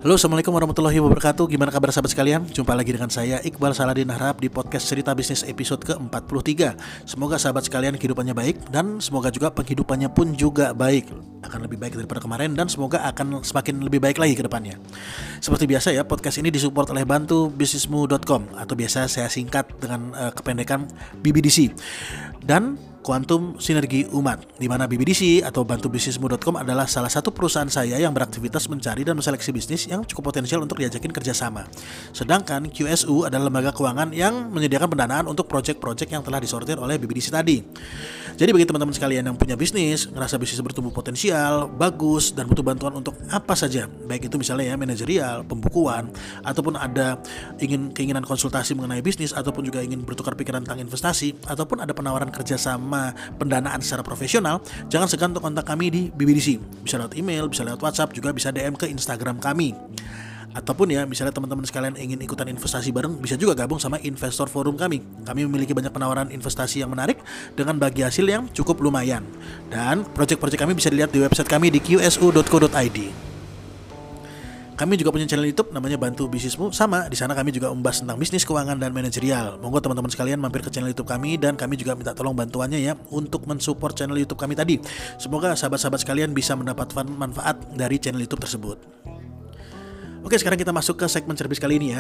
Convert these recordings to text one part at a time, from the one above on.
Halo, assalamualaikum warahmatullahi wabarakatuh. Gimana kabar sahabat sekalian? Jumpa lagi dengan saya Iqbal Saladin Harahap di podcast Cerita Bisnis episode ke-43. Semoga sahabat sekalian kehidupannya baik dan semoga juga penghidupannya pun juga baik. Akan lebih baik daripada kemarin dan semoga akan semakin lebih baik lagi ke depannya. Seperti biasa ya, podcast ini disupport oleh bantubisnismu.com atau biasa saya singkat dengan kependekan BBDC. Dan Quantum Sinergi Umat, di mana BBDC atau bantubisnismu.com adalah salah satu perusahaan saya yang beraktivitas mencari dan menseleksi bisnis yang cukup potensial untuk diajakin kerjasama. Sedangkan QSU adalah lembaga keuangan yang menyediakan pendanaan untuk proyek-proyek yang telah disortir oleh BBDC tadi. Jadi bagi teman-teman sekalian yang punya bisnis, ngerasa bisnis bertumbuh potensial, bagus, dan butuh bantuan untuk apa saja, baik itu misalnya ya manajerial, pembukuan, ataupun ada keinginan konsultasi mengenai bisnis, ataupun juga ingin bertukar pikiran tentang investasi, ataupun ada penawaran kerjasama pendanaan secara profesional, jangan segan untuk kontak kami di BBDC. Bisa lewat email, bisa lewat WhatsApp, juga bisa DM ke Instagram kami. Ataupun ya, misalnya teman-teman sekalian ingin ikutan investasi bareng, bisa juga gabung sama Investor Forum kami. Kami memiliki banyak penawaran investasi yang menarik dengan bagi hasil yang cukup lumayan. Dan proyek-proyek kami bisa dilihat di website kami di qsu.co.id. Kami juga punya channel YouTube namanya Bantu Bisnismu. Sama, di sana kami juga membahas tentang bisnis, keuangan, dan manajerial. Monggo teman-teman sekalian mampir ke channel YouTube kami dan kami juga minta tolong bantuannya ya untuk mensupport channel YouTube kami tadi. Semoga sahabat-sahabat sekalian bisa mendapatkan manfaat dari channel YouTube tersebut. Oke, sekarang kita masuk ke segmen cerbis kali ini ya.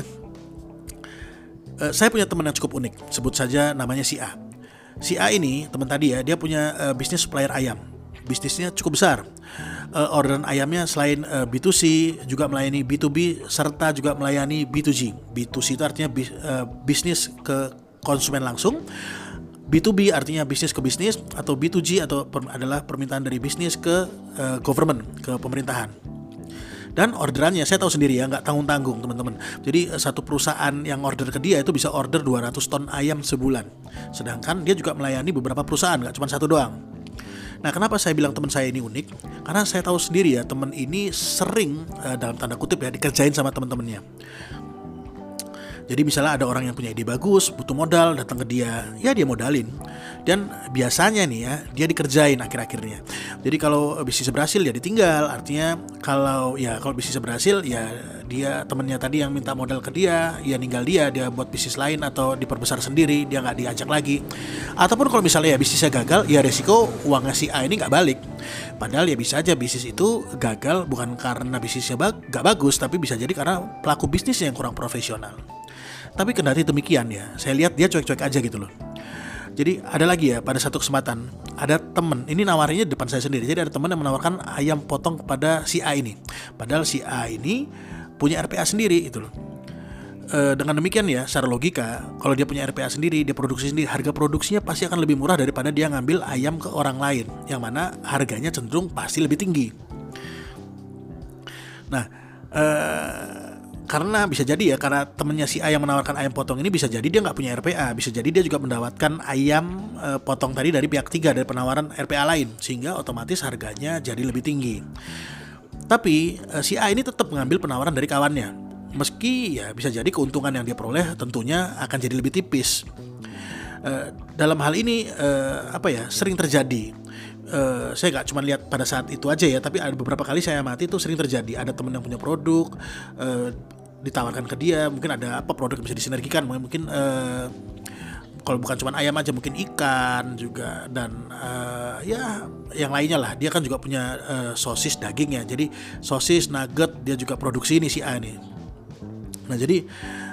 Saya punya teman yang cukup unik, sebut saja namanya si A. Si A ini, teman tadi ya, dia punya bisnis supplier ayam. Bisnisnya cukup besar. Orderan ayamnya selain B2C juga melayani B2B serta juga melayani B2G. B2C itu artinya bisnis ke konsumen langsung. B2B artinya bisnis ke bisnis, atau B2G adalah permintaan dari bisnis ke government, ke pemerintahan. Dan orderannya saya tahu sendiri ya, nggak tanggung-tanggung teman-teman. Jadi satu perusahaan yang order ke dia itu bisa order 200 ton ayam sebulan. Sedangkan dia juga melayani beberapa perusahaan, nggak cuma satu doang. Nah, kenapa saya bilang teman saya ini unik? Karena saya tahu sendiri ya, teman ini sering dalam tanda kutip ya dikerjain sama teman-temannya. Jadi misalnya ada orang yang punya ide bagus, butuh modal, datang ke dia, ya dia modalin. Dan biasanya nih ya, dia dikerjain akhir-akhirnya. Jadi kalau bisnis berhasil ya ditinggal. Artinya kalau bisnis berhasil ya dia temennya tadi yang minta modal ke dia, ya ninggal dia buat bisnis lain atau diperbesar sendiri, dia nggak diajak lagi. Ataupun kalau misalnya ya bisnisnya gagal, ya resiko uangnya si A ini nggak balik. Padahal ya bisa aja bisnis itu gagal bukan karena bisnisnya nggak bagus, tapi bisa jadi karena pelaku bisnisnya yang kurang profesional. Tapi kendati demikian ya, saya lihat dia cuek-cuek aja gitu loh. Jadi ada lagi ya, pada satu kesempatan ada temen, ini nawarinnya depan saya sendiri. Jadi ada temen yang menawarkan ayam potong kepada si A ini. Padahal si A ini punya RPA sendiri gitu loh. Dengan demikian ya, secara logika, kalau dia punya RPA sendiri, dia produksi sendiri, harga produksinya pasti akan lebih murah daripada dia ngambil ayam ke orang lain, yang mana harganya cenderung pasti lebih tinggi. Nah, karena bisa jadi ya, karena temennya si A yang menawarkan ayam potong ini bisa jadi dia nggak punya RPA, bisa jadi dia juga mendapatkan ayam potong tadi dari pihak ketiga, dari penawaran RPA lain, sehingga otomatis harganya jadi lebih tinggi. Tapi si A ini tetap mengambil penawaran dari kawannya, meski ya bisa jadi keuntungan yang dia peroleh tentunya akan jadi lebih tipis. Dalam hal ini sering terjadi. Saya nggak cuma lihat pada saat itu aja ya, tapi ada beberapa kali saya amati itu sering terjadi. Ada teman yang punya produk, ditawarkan ke dia, mungkin ada produk yang bisa disinergikan, mungkin kalau bukan cuma ayam aja, mungkin ikan juga, dan ya yang lainnya lah. Dia kan juga punya sosis daging ya, jadi sosis, nugget dia juga produksi ini si A nih. Nah jadi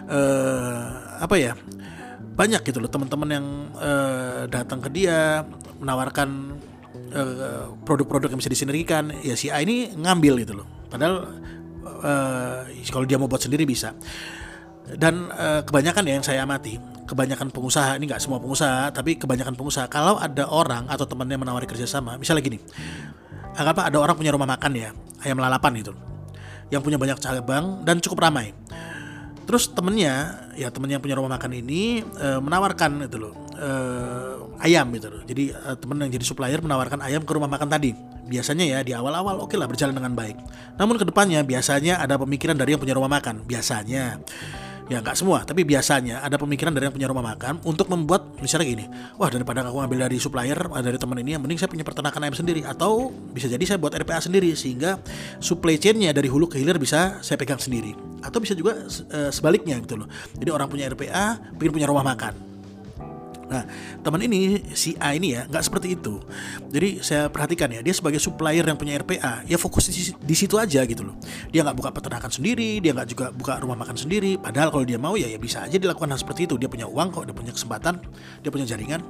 banyak gitu loh teman-teman yang datang ke dia menawarkan produk-produk yang bisa disinergikan. Ya si A ini ngambil gitu loh. Padahal kalau dia mau buat sendiri bisa. Dan kebanyakan ya yang saya amati, kebanyakan pengusaha, ini nggak semua pengusaha, tapi kebanyakan pengusaha, kalau ada orang atau temannya menawari kerjasama, misalnya gini, anggaplah ada orang punya rumah makan ya, ayam lalapan gitu, yang punya banyak cabang dan cukup ramai. Terus temennya yang punya rumah makan ini menawarkan itu loh ayam gitu loh. Jadi temen yang jadi supplier menawarkan ayam ke rumah makan tadi. Biasanya ya di awal-awal oke lah, berjalan dengan baik. Namun kedepannya biasanya ada pemikiran dari yang punya rumah makan. Biasanya Ya nggak semua, tapi biasanya ada pemikiran dari yang punya rumah makan untuk membuat misalnya gini, wah daripada aku ngambil dari supplier, dari teman ini, yang mending saya punya peternakan ayam sendiri, atau bisa jadi saya buat RPA sendiri sehingga supply chain-nya dari hulu ke hilir bisa saya pegang sendiri, atau bisa juga sebaliknya gitu loh. Jadi orang punya RPA, pengen punya rumah makan. Nah, teman ini si A ini ya nggak seperti itu. Jadi saya perhatikan ya, dia sebagai supplier yang punya RPA, ya fokus di situ aja gitu loh. Dia nggak buka peternakan sendiri, dia nggak juga buka rumah makan sendiri. Padahal kalau dia mau ya bisa aja dilakukan hal seperti itu. Dia punya uang kok, dia punya kesempatan, dia punya jaringan.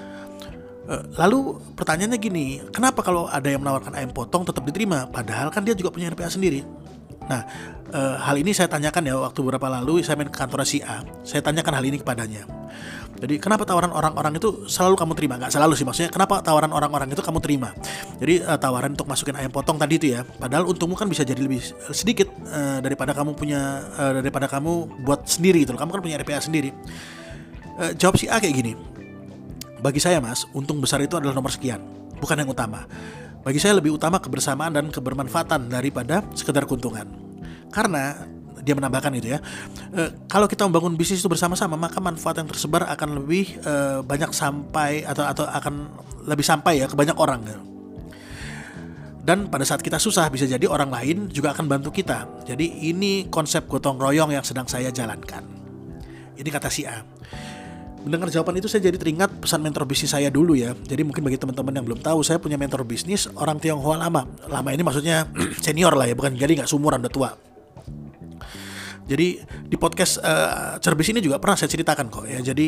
Lalu pertanyaannya gini, kenapa kalau ada yang menawarkan ayam potong tetap diterima? Padahal kan dia juga punya RPA sendiri. Nah, hal ini saya tanyakan ya waktu beberapa lalu saya main ke kantor si A. Saya tanyakan hal ini kepadanya. Jadi kenapa tawaran orang-orang itu selalu kamu terima? Nggak selalu sih, maksudnya kenapa tawaran orang-orang itu kamu terima? Jadi tawaran untuk masukin ayam potong tadi itu ya, padahal untungmu kan bisa jadi lebih sedikit daripada kamu punya daripada kamu buat sendiri gitu. Kamu kan punya RPA sendiri. Jawab si A kayak gini. Bagi saya mas, untung besar itu adalah nomor sekian, bukan yang utama. Bagi saya lebih utama kebersamaan dan kebermanfaatan daripada sekedar keuntungan. Karena dia menambahkan itu ya, kalau kita membangun bisnis itu bersama-sama, maka manfaat yang tersebar akan lebih banyak sampai atau akan lebih sampai ya ke banyak orang. Dan pada saat kita susah bisa jadi orang lain juga akan bantu kita. Jadi ini konsep gotong royong yang sedang saya jalankan. Ini kata si A. Mendengar jawaban itu saya jadi teringat pesan mentor bisnis saya dulu ya. Jadi mungkin bagi teman-teman yang belum tahu, saya punya mentor bisnis orang Tionghoa lama. Lama ini maksudnya senior lah ya, bukan jadi nggak seumuran, udah tua. Jadi di podcast Cerbis ini juga pernah saya ceritakan kok ya. Jadi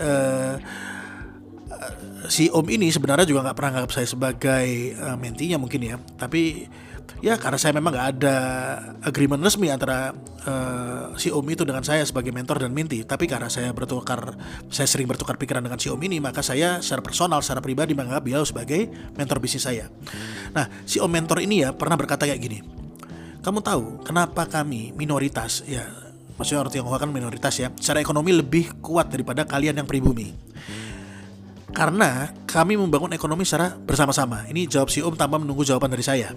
si Om ini sebenarnya juga nggak pernah nganggap saya sebagai mentinya mungkin ya. Tapi ya karena saya memang nggak ada agreement resmi antara si Om itu dengan saya sebagai mentor dan menti. Tapi karena saya sering bertukar pikiran dengan si Om ini, maka saya secara personal, secara pribadi menganggap beliau sebagai mentor bisnis saya. Nah, si Om mentor ini ya pernah berkata kayak gini. Kamu tahu kenapa kami minoritas ya, maksudnya orang Tionghoa kan minoritas ya, secara ekonomi lebih kuat daripada kalian yang pribumi? Karena kami membangun ekonomi secara bersama-sama. Ini jawab si Om tanpa menunggu jawaban dari saya.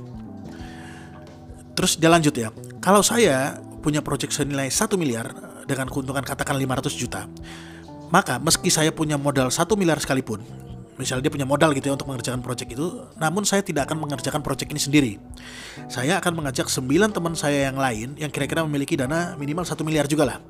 Terus dia lanjut ya, kalau saya punya proyek senilai 1 miliar dengan keuntungan katakan 500 juta, maka meski saya punya modal 1 miliar sekalipun, misalnya dia punya modal gitu ya untuk mengerjakan proyek itu, namun saya tidak akan mengerjakan proyek ini sendiri. Saya akan mengajak 9 teman saya yang lain yang kira-kira memiliki dana minimal 1 miliar juga lah.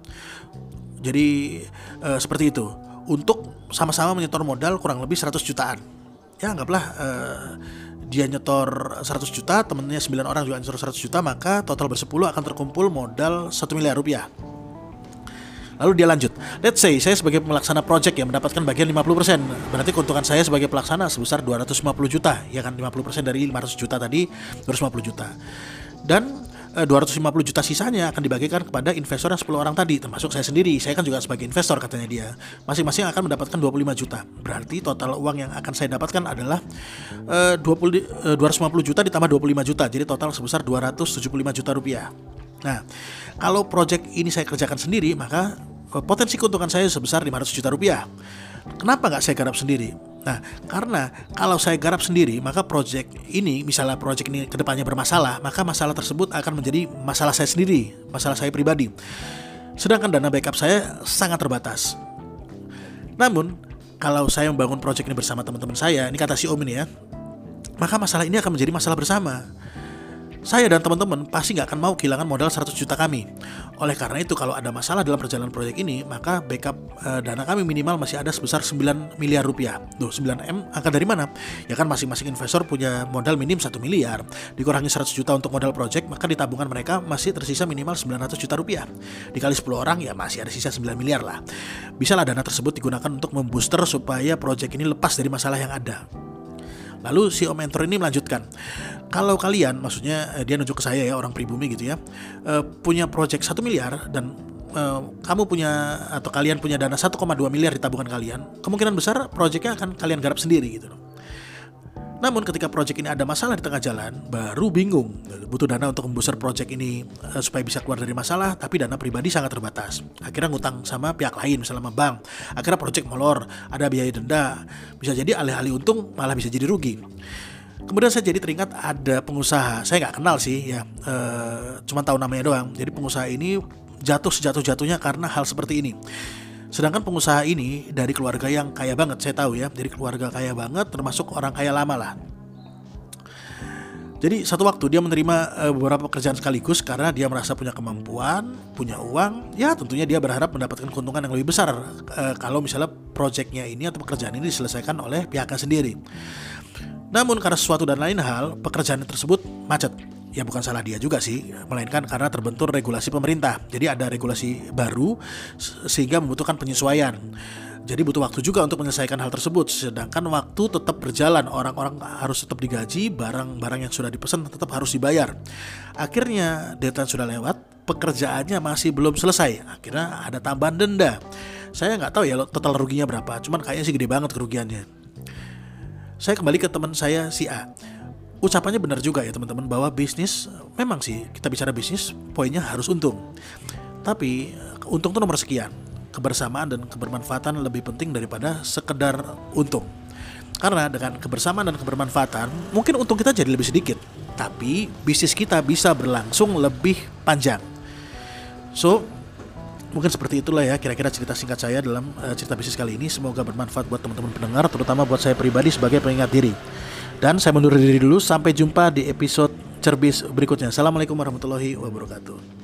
Jadi seperti itu, untuk sama-sama menyetor modal kurang lebih 100 jutaan. Ya anggaplah dia nyetor 100 juta, temennya 9 orang juga nyetor 100 juta, maka total bersepuluh akan terkumpul modal 1 miliar rupiah. Lalu dia lanjut, let's say saya sebagai pelaksana project yang mendapatkan bagian 50%, berarti keuntungan saya sebagai pelaksana sebesar 250 juta, ya kan 50% dari 500 juta tadi 250 juta. Dan 250 juta sisanya akan dibagikan kepada investor yang 10 orang tadi, termasuk saya sendiri. Saya kan juga sebagai investor katanya dia. Masing-masing akan mendapatkan 25 juta. Berarti total uang yang akan saya dapatkan adalah 250 juta ditambah 25 juta. Jadi total sebesar 275 juta rupiah. Nah, kalau project ini saya kerjakan sendiri, maka potensi keuntungan saya sebesar 500 juta rupiah. Kenapa nggak saya garap sendiri? Nah, karena kalau saya garap sendiri, maka project ini, misalnya project ini kedepannya bermasalah, maka masalah tersebut akan menjadi masalah saya sendiri, masalah saya pribadi. Sedangkan dana backup saya sangat terbatas. Namun, kalau saya membangun project ini bersama teman-teman saya, ini kata si Om ini ya, maka masalah ini akan menjadi masalah bersama. Saya dan teman-teman pasti nggak akan mau kehilangan modal 100 juta kami. Oleh karena itu, kalau ada masalah dalam perjalanan proyek ini, maka backup dana kami minimal masih ada sebesar 9 miliar rupiah. Duh, 9M angka dari mana? Ya kan masing-masing investor punya modal minim 1 miliar. Dikurangi 100 juta untuk modal proyek, maka di tabungan mereka masih tersisa minimal 900 juta rupiah. Dikali 10 orang, ya masih ada sisa 9 miliar lah. Bisalah dana tersebut digunakan untuk membooster supaya proyek ini lepas dari masalah yang ada. Lalu si Om mentor ini melanjutkan, kalau kalian, maksudnya dia nunjuk ke saya ya, orang pribumi gitu ya, punya project 1 miliar dan kamu punya atau kalian punya dana 1,2 miliar di tabungan kalian, kemungkinan besar projectnya akan kalian garap sendiri gitu. Namun ketika project ini ada masalah di tengah jalan, baru bingung, butuh dana untuk membooster project ini supaya bisa keluar dari masalah, tapi dana pribadi sangat terbatas. Akhirnya ngutang sama pihak lain, misalnya sama bank. Akhirnya project molor, ada biaya denda, bisa jadi alih-alih untung malah bisa jadi rugi. Kemudian saya jadi teringat ada pengusaha, saya nggak kenal sih ya, cuma tahu namanya doang. Jadi pengusaha ini jatuh sejatuh-jatuhnya karena hal seperti ini. Sedangkan pengusaha ini dari keluarga yang kaya banget, saya tahu ya, dari keluarga kaya banget, termasuk orang kaya lama lah. Jadi satu waktu dia menerima beberapa pekerjaan sekaligus karena dia merasa punya kemampuan, punya uang. Ya tentunya dia berharap mendapatkan keuntungan yang lebih besar kalau misalnya proyeknya ini atau pekerjaan ini diselesaikan oleh pihaknya sendiri. Namun karena sesuatu dan lain hal, pekerjaan tersebut macet. Ya bukan salah dia juga sih, melainkan karena terbentur regulasi pemerintah. Jadi ada regulasi baru sehingga membutuhkan penyesuaian. Jadi butuh waktu juga untuk menyelesaikan hal tersebut. Sedangkan waktu tetap berjalan, orang-orang harus tetap digaji, barang-barang yang sudah dipesan tetap harus dibayar. Akhirnya deadline sudah lewat, pekerjaannya masih belum selesai. Akhirnya ada tambahan denda. Saya nggak tahu ya total ruginya berapa, cuman kayaknya sih gede banget kerugiannya. Saya kembali ke teman saya si A. Ucapannya benar juga ya teman-teman, bahwa bisnis memang sih kita bicara bisnis poinnya harus untung. Tapi untung itu nomor sekian. Kebersamaan dan kebermanfaatan lebih penting daripada sekedar untung. Karena dengan kebersamaan dan kebermanfaatan mungkin untung kita jadi lebih sedikit, tapi bisnis kita bisa berlangsung lebih panjang. So mungkin seperti itulah ya kira-kira cerita singkat saya dalam cerita bisnis kali ini. Semoga bermanfaat buat teman-teman pendengar, terutama buat saya pribadi sebagai pengingat diri. Dan saya mundur diri dulu, sampai jumpa di episode Cerbis berikutnya. Assalamualaikum warahmatullahi wabarakatuh.